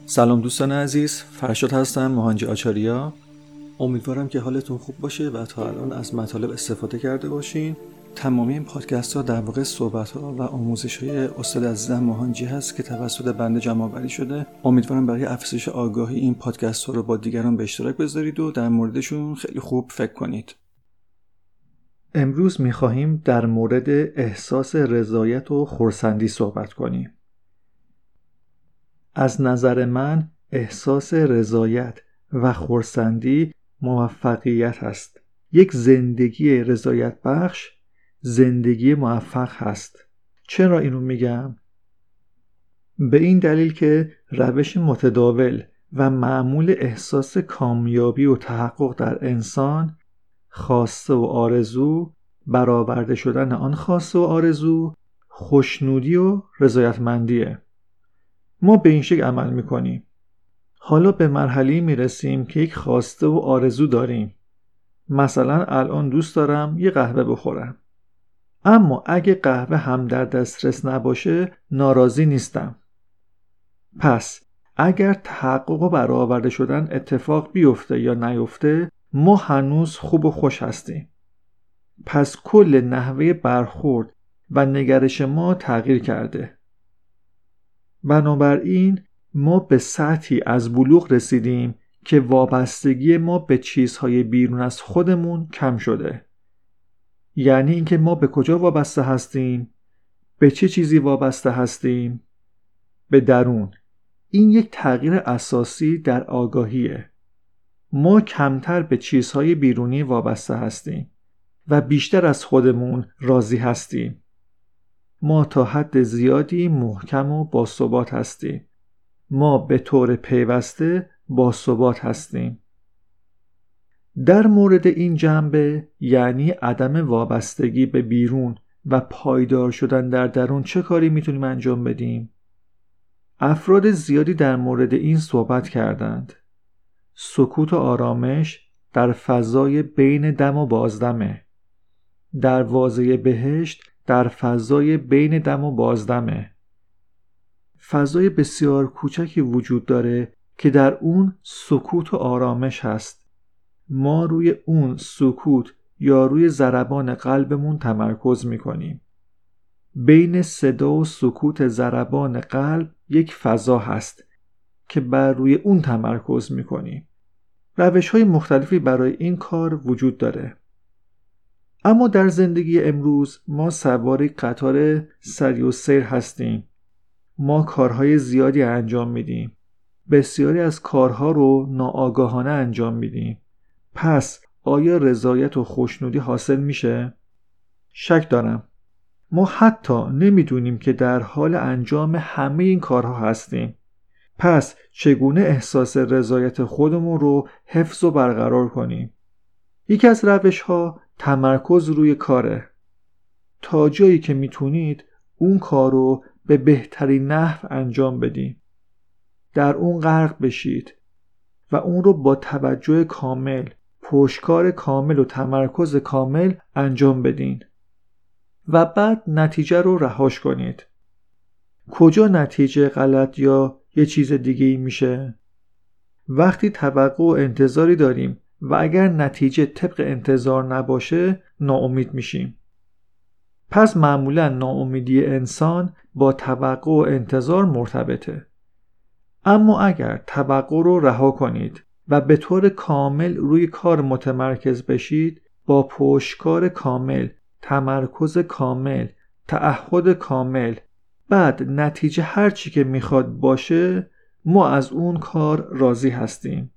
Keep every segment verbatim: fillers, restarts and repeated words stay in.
سلام دوستان عزیز، فرشاد هستم، مهانجی آچاریا. امیدوارم که حالتون خوب باشه و تا الان از مطالب استفاده کرده باشین. تمامی این پادکست ها در واقع صحبت ها و آموزش های استاد عزیزم مهانجی هست که توسط بنده جمع آوری شده. امیدوارم برای افزایش آگاهی این پادکست ها رو با دیگران به اشتراک بذارید و در موردشون خیلی خوب فکر کنید. امروز می‌خواهیم در مورد احساس رضایت و خرسندی صحبت کنیم. از نظر من احساس رضایت و خرسندی موفقیت است. یک زندگی رضایت بخش زندگی موفق هست. چرا اینو میگم؟ به این دلیل که روش متداول و معمول احساس کامیابی و تحقق در انسان خواسته و آرزو، برآورده شدن آن خواسته و آرزو، خوشنودی و رضایتمندیه. ما به این شکل عمل میکنیم. حالا به مرحله‌ای میرسیم که یک خواسته و آرزو داریم. مثلا الان دوست دارم یه قهوه بخورم. اما اگه قهوه هم در دسترس نباشه ناراضی نیستم. پس اگر تحقق و برآورده شدن اتفاق بیفته یا نیفته، ما هنوز خوب و خوش هستیم. پس کل نحوه برخورد و نگرش ما تغییر کرده. بنابراین ما به سطحی از بلوغ رسیدیم که وابستگی ما به چیزهای بیرون از خودمون کم شده. یعنی اینکه ما به کجا وابسته هستیم؟ به چه چیزی وابسته هستیم؟ به درون. این یک تغییر اساسی در آگاهیه. ما کمتر به چیزهای بیرونی وابسته هستیم و بیشتر از خودمون راضی هستیم. ما تا حد زیادی محکم و باثبات هستیم. ما به طور پیوسته باثبات هستیم. در مورد این جنبه، یعنی عدم وابستگی به بیرون و پایدار شدن در درون، چه کاری میتونیم انجام بدیم؟ افراد زیادی در مورد این صحبت کردند. سکوت و آرامش در فضای بین دم و بازدمه. دروازه بهشت در فضای بین دم و بازدمه. فضای بسیار کوچکی وجود داره که در اون سکوت و آرامش هست. ما روی اون سکوت یا روی ضربان قلبمون تمرکز میکنیم. بین صدا و سکوت ضربان قلب یک فضا هست که بر روی اون تمرکز میکنیم. روش‌های مختلفی برای این کار وجود داره. اما در زندگی امروز ما سوار قطار سری و سیر هستیم. ما کارهای زیادی انجام میدیم. بسیاری از کارها رو ناآگاهانه انجام میدیم. پس آیا رضایت و خوشنودی حاصل میشه؟ شک دارم. ما حتی نمیدونیم که در حال انجام همه این کارها هستیم. پس چگونه احساس رضایت خودمون رو حفظ و برقرار کنیم؟ یکی از روش‌ها تمرکز روی کاره. تا جایی که میتونید اون کار رو به بهترین نحو انجام بدین. در اون غرق بشید و اون رو با توجه کامل، پشتکار کامل و تمرکز کامل انجام بدین. و بعد نتیجه رو رهاش کنید. کجا نتیجه غلط یا یه چیز دیگه ای میشه؟ وقتی توقع و انتظاری داریم و اگر نتیجه طبق انتظار نباشه ناامید میشیم. پس معمولا ناامیدی انسان با توقع و انتظار مرتبطه. اما اگر توقع رو رها کنید و به طور کامل روی کار متمرکز بشید، با پشتکار کامل، تمرکز کامل، تعهد کامل، بعد نتیجه هر چی که میخواد باشه، ما از اون کار راضی هستیم.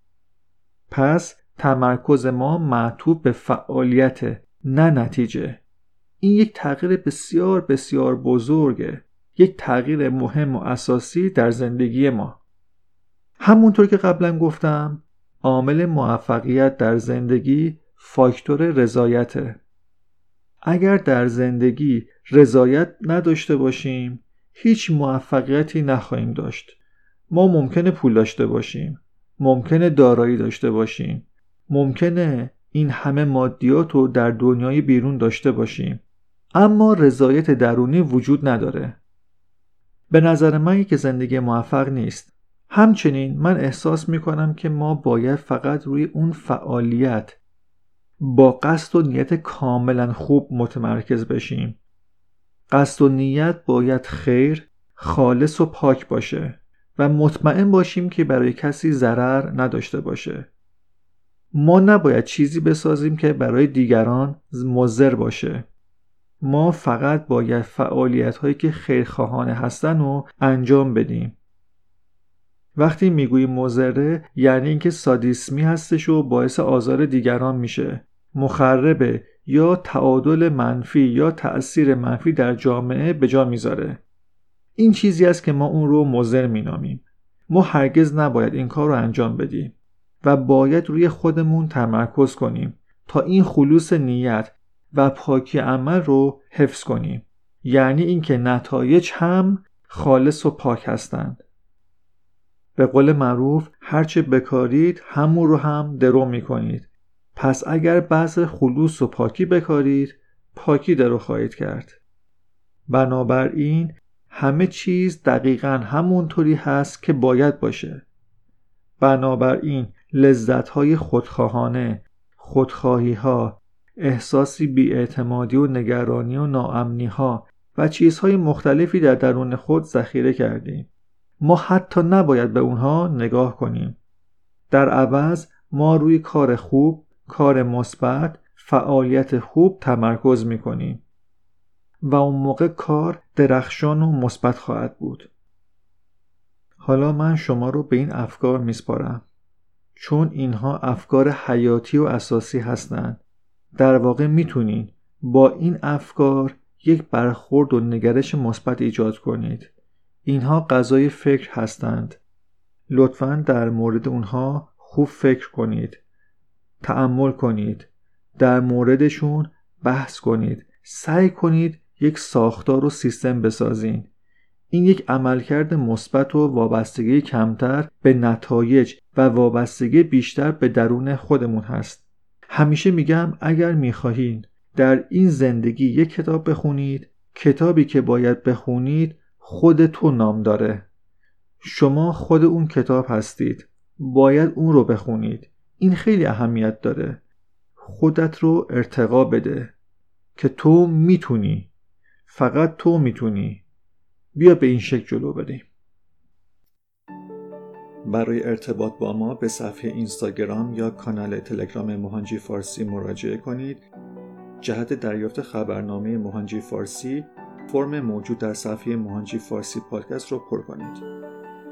پس تمرکز ما معطوف به فعالیت، نه نتیجه. این یک تغییر بسیار بسیار بزرگه. یک تغییر مهم و اساسی در زندگی ما. همونطور که قبلا گفتم، عامل موفقیت در زندگی فاکتور رضایته. اگر در زندگی رضایت نداشته باشیم، هیچ موفقیتی نخواهیم داشت. ما ممکنه پول داشته باشیم، ممکنه دارایی داشته باشیم، ممکنه این همه مادیات رو در دنیای بیرون داشته باشیم، اما رضایت درونی وجود نداره. به نظر من یک زندگی موفق نیست. همچنین من احساس میکنم که ما باید فقط روی اون فعالیت با قصد و نیت کاملا خوب متمرکز بشیم. قصد و نیت باید خیر، خالص و پاک باشه و مطمئن باشیم که برای کسی ضرر نداشته باشه. ما نباید چیزی بسازیم که برای دیگران مضر باشه. ما فقط باید فعالیت هایی که خیرخواهانه هستن رو انجام بدیم. وقتی میگوییم مضره یعنی اینکه سادیسمی هستش و باعث آزار دیگران میشه، مخربه یا تعادل منفی یا تأثیر منفی در جامعه به جا میذاره. این چیزی است که ما اون رو مضر مینامیم. ما هرگز نباید این کار رو انجام بدیم و باید روی خودمون تمرکز کنیم تا این خلوص نیت و پاکی عمل رو حفظ کنیم، یعنی اینکه نتایج هم خالص و پاک هستند. به قول معروف هرچه بکارید همون رو هم درو میکنید. پس اگر بعض خلوص و پاکی بکارید، پاکی درو خواهید کرد. بنابراین همه چیز دقیقاً همونطوری هست که باید باشه. بنابراین لذت‌های خودخواهانه، خودخواهی‌ها، احساسی بی‌اعتمادی و نگرانی و ناامنی‌ها و چیزهای مختلفی در درون خود ذخیره کردیم. ما حتی نباید به اونها نگاه کنیم. در عوض ما روی کار خوب، کار مثبت، فعالیت خوب تمرکز می‌کنیم و اون موقع کار درخشان و مثبت خواهد بود. حالا من شما رو به این افکار میسپارم، چون اینها افکار حیاتی و اساسی هستند. در واقع میتونین با این افکار یک برخورد و نگرش مثبت ایجاد کنید. اینها غذای فکر هستند. لطفاً در مورد اونها خوب فکر کنید، تأمل کنید، در موردشون بحث کنید، سعی کنید یک ساختار و سیستم بسازین. این یک عملکرد مثبت و وابستگی کمتر به نتایج و وابستگی بیشتر به درون خودمون هست. همیشه میگم اگر میخواهید در این زندگی یک کتاب بخونید، کتابی که باید بخونید خود تو نام داره. شما خود اون کتاب هستید. باید اون رو بخونید. این خیلی اهمیت داره. خودت رو ارتقا بده که تو میتونی. فقط تو میتونی. بیا به این شکل جلو بریم. برای ارتباط با ما به صفحه اینستاگرام یا کانال تلگرام مهانجی فارسی مراجعه کنید. جهت دریافت خبرنامه مهانجی فارسی، فرم موجود در صفحه مهانجی فارسی پادکست رو پر کنید.